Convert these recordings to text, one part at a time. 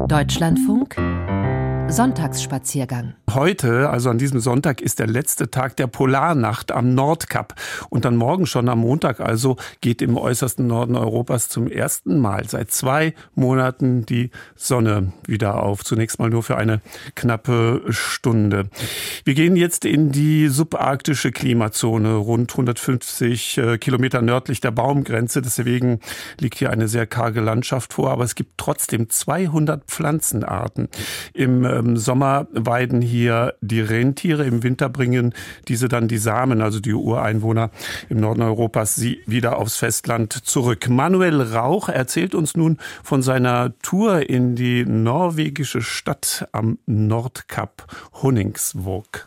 Deutschlandfunk Sonntagsspaziergang. Heute, also an diesem Sonntag, ist der letzte Tag der Polarnacht am Nordkap. Und dann morgen schon am Montag also geht im äußersten Norden Europas zum ersten Mal seit 2 Monaten die Sonne wieder auf. Zunächst mal nur für eine knappe Stunde. Wir gehen jetzt in die subarktische Klimazone, rund 150 Kilometer nördlich der Baumgrenze. Deswegen liegt hier eine sehr karge Landschaft vor. Aber es gibt trotzdem 200 Pflanzenarten. Im Sommer weiden hier die Rentiere, im Winter bringen diese dann die Samen, also die Ureinwohner im Norden Europas, sie wieder aufs Festland zurück. Manuel Rauch erzählt uns nun von seiner Tour in die norwegische Stadt am Nordkap Honningsvåg.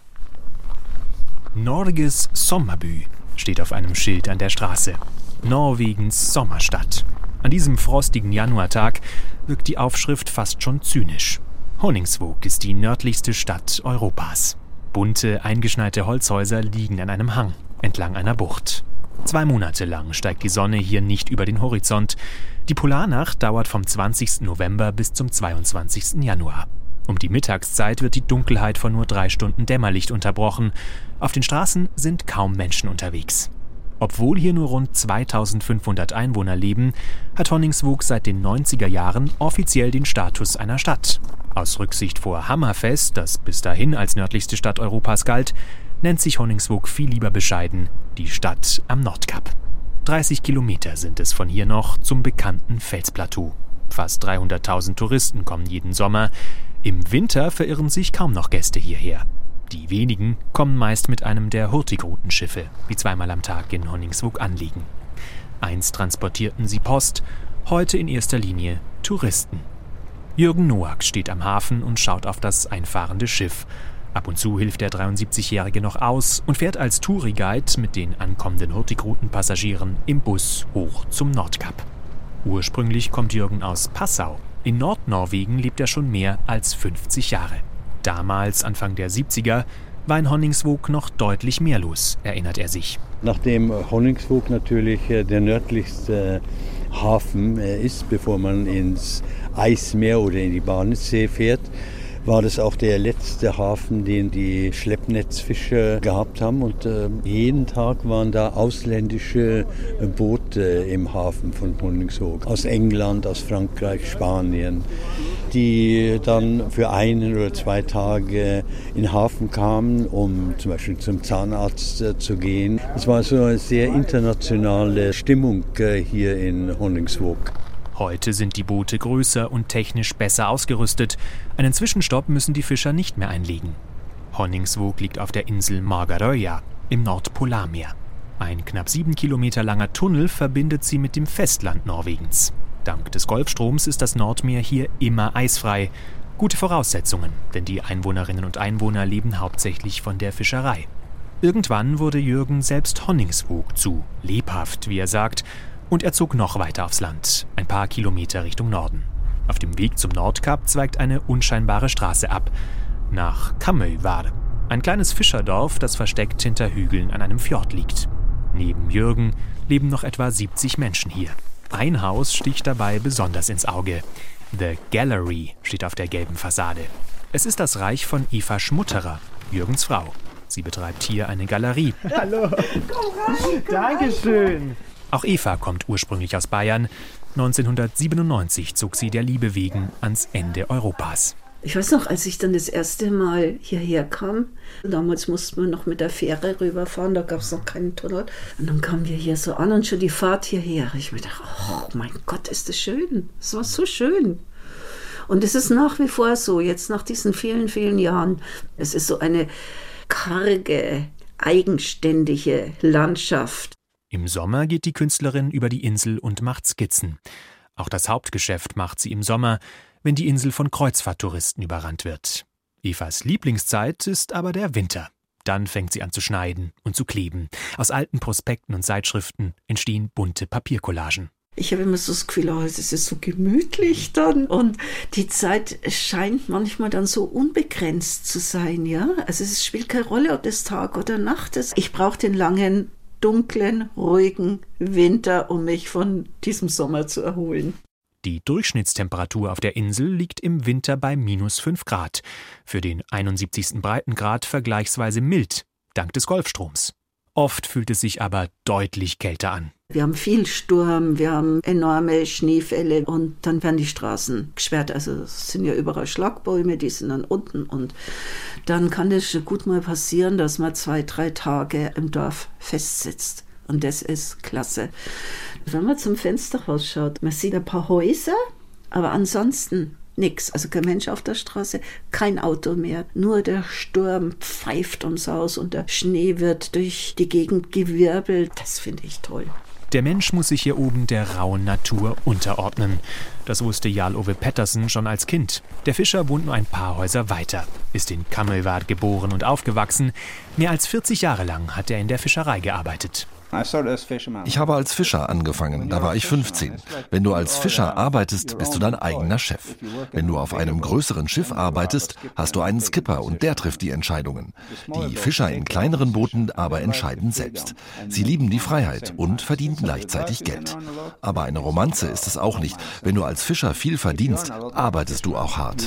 Norges Sommerby steht auf einem Schild an der Straße. Norwegens Sommerstadt. An diesem frostigen Januartag wirkt die Aufschrift fast schon zynisch. Honningsvåg ist die nördlichste Stadt Europas. Bunte, eingeschneite Holzhäuser liegen an einem Hang, entlang einer Bucht. 2 Monate lang steigt die Sonne hier nicht über den Horizont. Die Polarnacht dauert vom 20. November bis zum 22. Januar. Um die Mittagszeit wird die Dunkelheit von nur 3 Stunden Dämmerlicht unterbrochen. Auf den Straßen sind kaum Menschen unterwegs. Obwohl hier nur rund 2500 Einwohner leben, hat Honningsvåg seit den 90er Jahren offiziell den Status einer Stadt. Aus Rücksicht vor Hammerfest, das bis dahin als nördlichste Stadt Europas galt, nennt sich Honningsvåg viel lieber bescheiden die Stadt am Nordkap. 30 Kilometer sind es von hier noch zum bekannten Felsplateau. Fast 300.000 Touristen kommen jeden Sommer. Im Winter verirren sich kaum noch Gäste hierher. Die wenigen kommen meist mit einem der Hurtigruten-Schiffe, die 2-mal am Tag in Honningsvåg anlegen. Einst transportierten sie Post, heute in erster Linie Touristen. Jürgen Noack steht am Hafen und schaut auf das einfahrende Schiff. Ab und zu hilft der 73-Jährige noch aus und fährt als Touri-Guide mit den ankommenden Hurtigruten-Passagieren im Bus hoch zum Nordkap. Ursprünglich kommt Jürgen aus Passau. In Nordnorwegen lebt er schon mehr als 50 Jahre. Damals, Anfang der 70er, war in Honningsvåg noch deutlich mehr los, erinnert er sich. Nachdem Honningsvåg natürlich der nördlichste Hafen ist, bevor man ins Eismeer oder in die Barentssee fährt, war das auch der letzte Hafen, den die Schleppnetzfischer gehabt haben. Und jeden Tag waren da ausländische Boote im Hafen von Honningsvåg. Aus England, aus Frankreich, Spanien, die dann für 1 oder 2 Tage in den Hafen kamen, um zum Beispiel zum Zahnarzt zu gehen. Es war so eine sehr internationale Stimmung hier in Honningsvåg. Heute sind die Boote größer und technisch besser ausgerüstet. Einen Zwischenstopp müssen die Fischer nicht mehr einlegen. Honningsvåg liegt auf der Insel Margarøya im Nordpolarmeer. Ein knapp 7 Kilometer langer Tunnel verbindet sie mit dem Festland Norwegens. Dank des Golfstroms ist das Nordmeer hier immer eisfrei. Gute Voraussetzungen, denn die Einwohnerinnen und Einwohner leben hauptsächlich von der Fischerei. Irgendwann wurde Jürgen selbst Honningsvåg zu lebhaft, wie er sagt, und er zog noch weiter aufs Land, ein paar Kilometer Richtung Norden. Auf dem Weg zum Nordkap zweigt eine unscheinbare Straße ab, nach Kamøyvar, ein kleines Fischerdorf, das versteckt hinter Hügeln an einem Fjord liegt. Neben Jürgen leben noch etwa 70 Menschen hier. Ein Haus sticht dabei besonders ins Auge. The Gallery steht auf der gelben Fassade. Es ist das Reich von Eva Schmutterer, Jürgens Frau. Sie betreibt hier eine Galerie. Hallo. Komm rein. Dankeschön. Auch Eva kommt ursprünglich aus Bayern. 1997 zog sie der Liebe wegen ans Ende Europas. Ich weiß noch, als ich dann das erste Mal hierher kam, damals mussten wir noch mit der Fähre rüberfahren, da gab es noch keinen Tunnel. Und dann kamen wir hier so an und schon die Fahrt hierher. Ich mir dachte, oh mein Gott, ist das schön. Es war so schön. Und es ist nach wie vor so, jetzt nach diesen vielen, vielen Jahren. Es ist so eine karge, eigenständige Landschaft. Im Sommer geht die Künstlerin über die Insel und macht Skizzen. Auch das Hauptgeschäft macht sie im Sommer, wenn die Insel von Kreuzfahrttouristen überrannt wird. Evas Lieblingszeit ist aber der Winter. Dann fängt sie an zu schneiden und zu kleben. Aus alten Prospekten und Zeitschriften entstehen bunte Papiercollagen. Ich habe immer so das Gefühl, es ist so gemütlich dann und die Zeit scheint manchmal dann so unbegrenzt zu sein, ja. Also es spielt keine Rolle, ob das Tag oder Nacht ist. Ich brauche den langen, dunklen, ruhigen Winter, um mich von diesem Sommer zu erholen. Die Durchschnittstemperatur auf der Insel liegt im Winter bei -5 Grad. Für den 71. Breitengrad vergleichsweise mild, dank des Golfstroms. Oft fühlt es sich aber deutlich kälter an. Wir haben viel Sturm, wir haben enorme Schneefälle und dann werden die Straßen gesperrt. Also es sind ja überall Schlagbäume, die sind dann unten und dann kann es schon gut mal passieren, dass man 2-3 Tage im Dorf festsitzt. Und das ist klasse. Wenn man zum Fenster rausschaut, man sieht ein paar Häuser, aber ansonsten nichts. Also kein Mensch auf der Straße, kein Auto mehr. Nur der Sturm pfeift uns aus und der Schnee wird durch die Gegend gewirbelt. Das finde ich toll. Der Mensch muss sich hier oben der rauen Natur unterordnen. Das wusste Jarl Ove Pettersen schon als Kind. Der Fischer wohnt nur ein paar Häuser weiter, ist in Kammelwad geboren und aufgewachsen. Mehr als 40 Jahre lang hat er in der Fischerei gearbeitet. Ich habe als Fischer angefangen, da war ich 15. Wenn du als Fischer arbeitest, bist du dein eigener Chef. Wenn du auf einem größeren Schiff arbeitest, hast du einen Skipper und der trifft die Entscheidungen. Die Fischer in kleineren Booten aber entscheiden selbst. Sie lieben die Freiheit und verdienen gleichzeitig Geld. Aber eine Romanze ist es auch nicht. Wenn du als Fischer viel verdienst, arbeitest du auch hart.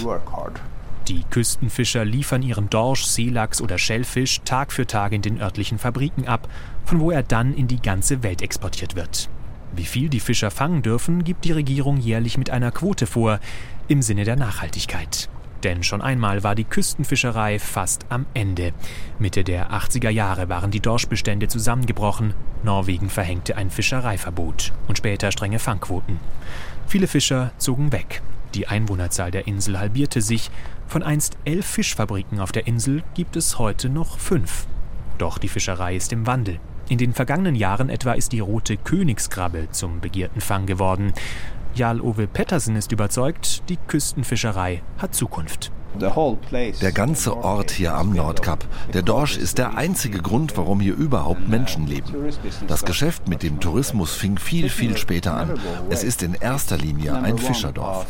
Die Küstenfischer liefern ihren Dorsch, Seelachs oder Schellfisch Tag für Tag in den örtlichen Fabriken ab, von wo er dann in die ganze Welt exportiert wird. Wie viel die Fischer fangen dürfen, gibt die Regierung jährlich mit einer Quote vor, im Sinne der Nachhaltigkeit. Denn schon einmal war die Küstenfischerei fast am Ende. Mitte der 80er Jahre waren die Dorschbestände zusammengebrochen. Norwegen verhängte ein Fischereiverbot und später strenge Fangquoten. Viele Fischer zogen weg. Die Einwohnerzahl der Insel halbierte sich. Von einst 11 Fischfabriken auf der Insel gibt es heute noch 5. Doch die Fischerei ist im Wandel. In den vergangenen Jahren etwa ist die rote Königskrabbe zum begehrten Fang geworden. Jarl Ove Pettersen ist überzeugt, die Küstenfischerei hat Zukunft. Der ganze Ort hier am Nordkap, der Dorsch ist der einzige Grund, warum hier überhaupt Menschen leben. Das Geschäft mit dem Tourismus fing viel, viel später an. Es ist in erster Linie ein Fischerdorf.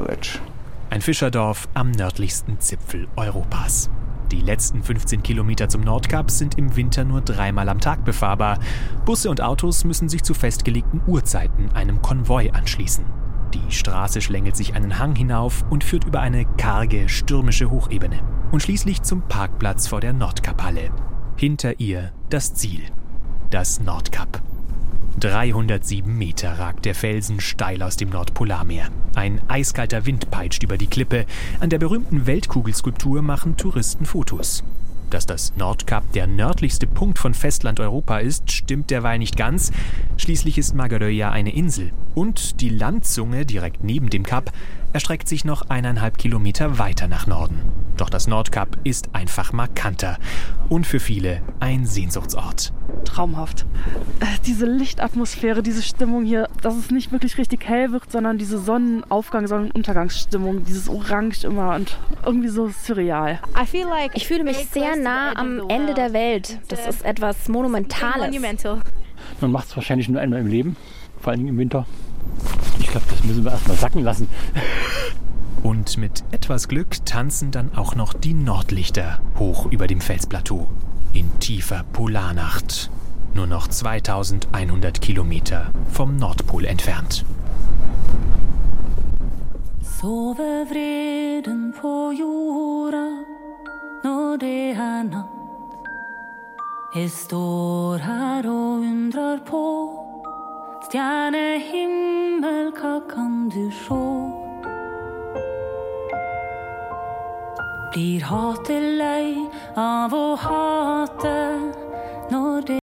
Ein Fischerdorf am nördlichsten Zipfel Europas. Die letzten 15 Kilometer zum Nordkap sind im Winter nur 3-mal am Tag befahrbar. Busse und Autos müssen sich zu festgelegten Uhrzeiten einem Konvoi anschließen. Die Straße schlängelt sich einen Hang hinauf und führt über eine karge, stürmische Hochebene. Und schließlich zum Parkplatz vor der Nordkap-Halle. Hinter ihr das Ziel, das Nordkap. 307 Meter ragt der Felsen steil aus dem Nordpolarmeer. Ein eiskalter Wind peitscht über die Klippe. An der berühmten Weltkugelskulptur machen Touristen Fotos. Dass das Nordkap der nördlichste Punkt von Festland-Europa ist, stimmt derweil nicht ganz. Schließlich ist Magerö ja eine Insel. Und die Landzunge direkt neben dem Kap erstreckt sich noch 1,5 Kilometer weiter nach Norden. Doch das Nordkap ist einfach markanter und für viele ein Sehnsuchtsort. Traumhaft. Diese Lichtatmosphäre, diese Stimmung hier, dass es nicht wirklich richtig hell wird, sondern diese Sonnenaufgang-, Sonnenuntergangsstimmung, dieses Orange immer und irgendwie so surreal. Ich fühle mich sehr nah am Ende der Welt. Das ist etwas Monumentales. Man macht es wahrscheinlich nur einmal im Leben, vor allem im Winter. Ich glaube, das müssen wir erstmal sacken lassen. Und mit etwas Glück tanzen dann auch noch die Nordlichter hoch über dem Felsplateau. In tiefer Polarnacht. Nur noch 2100 Kilometer vom Nordpol entfernt. Sover vreden på jorda når det er natt. Jeg står her og undrer på stjernehimmel, hva kan du sjå? Blir hatet lei av å hate?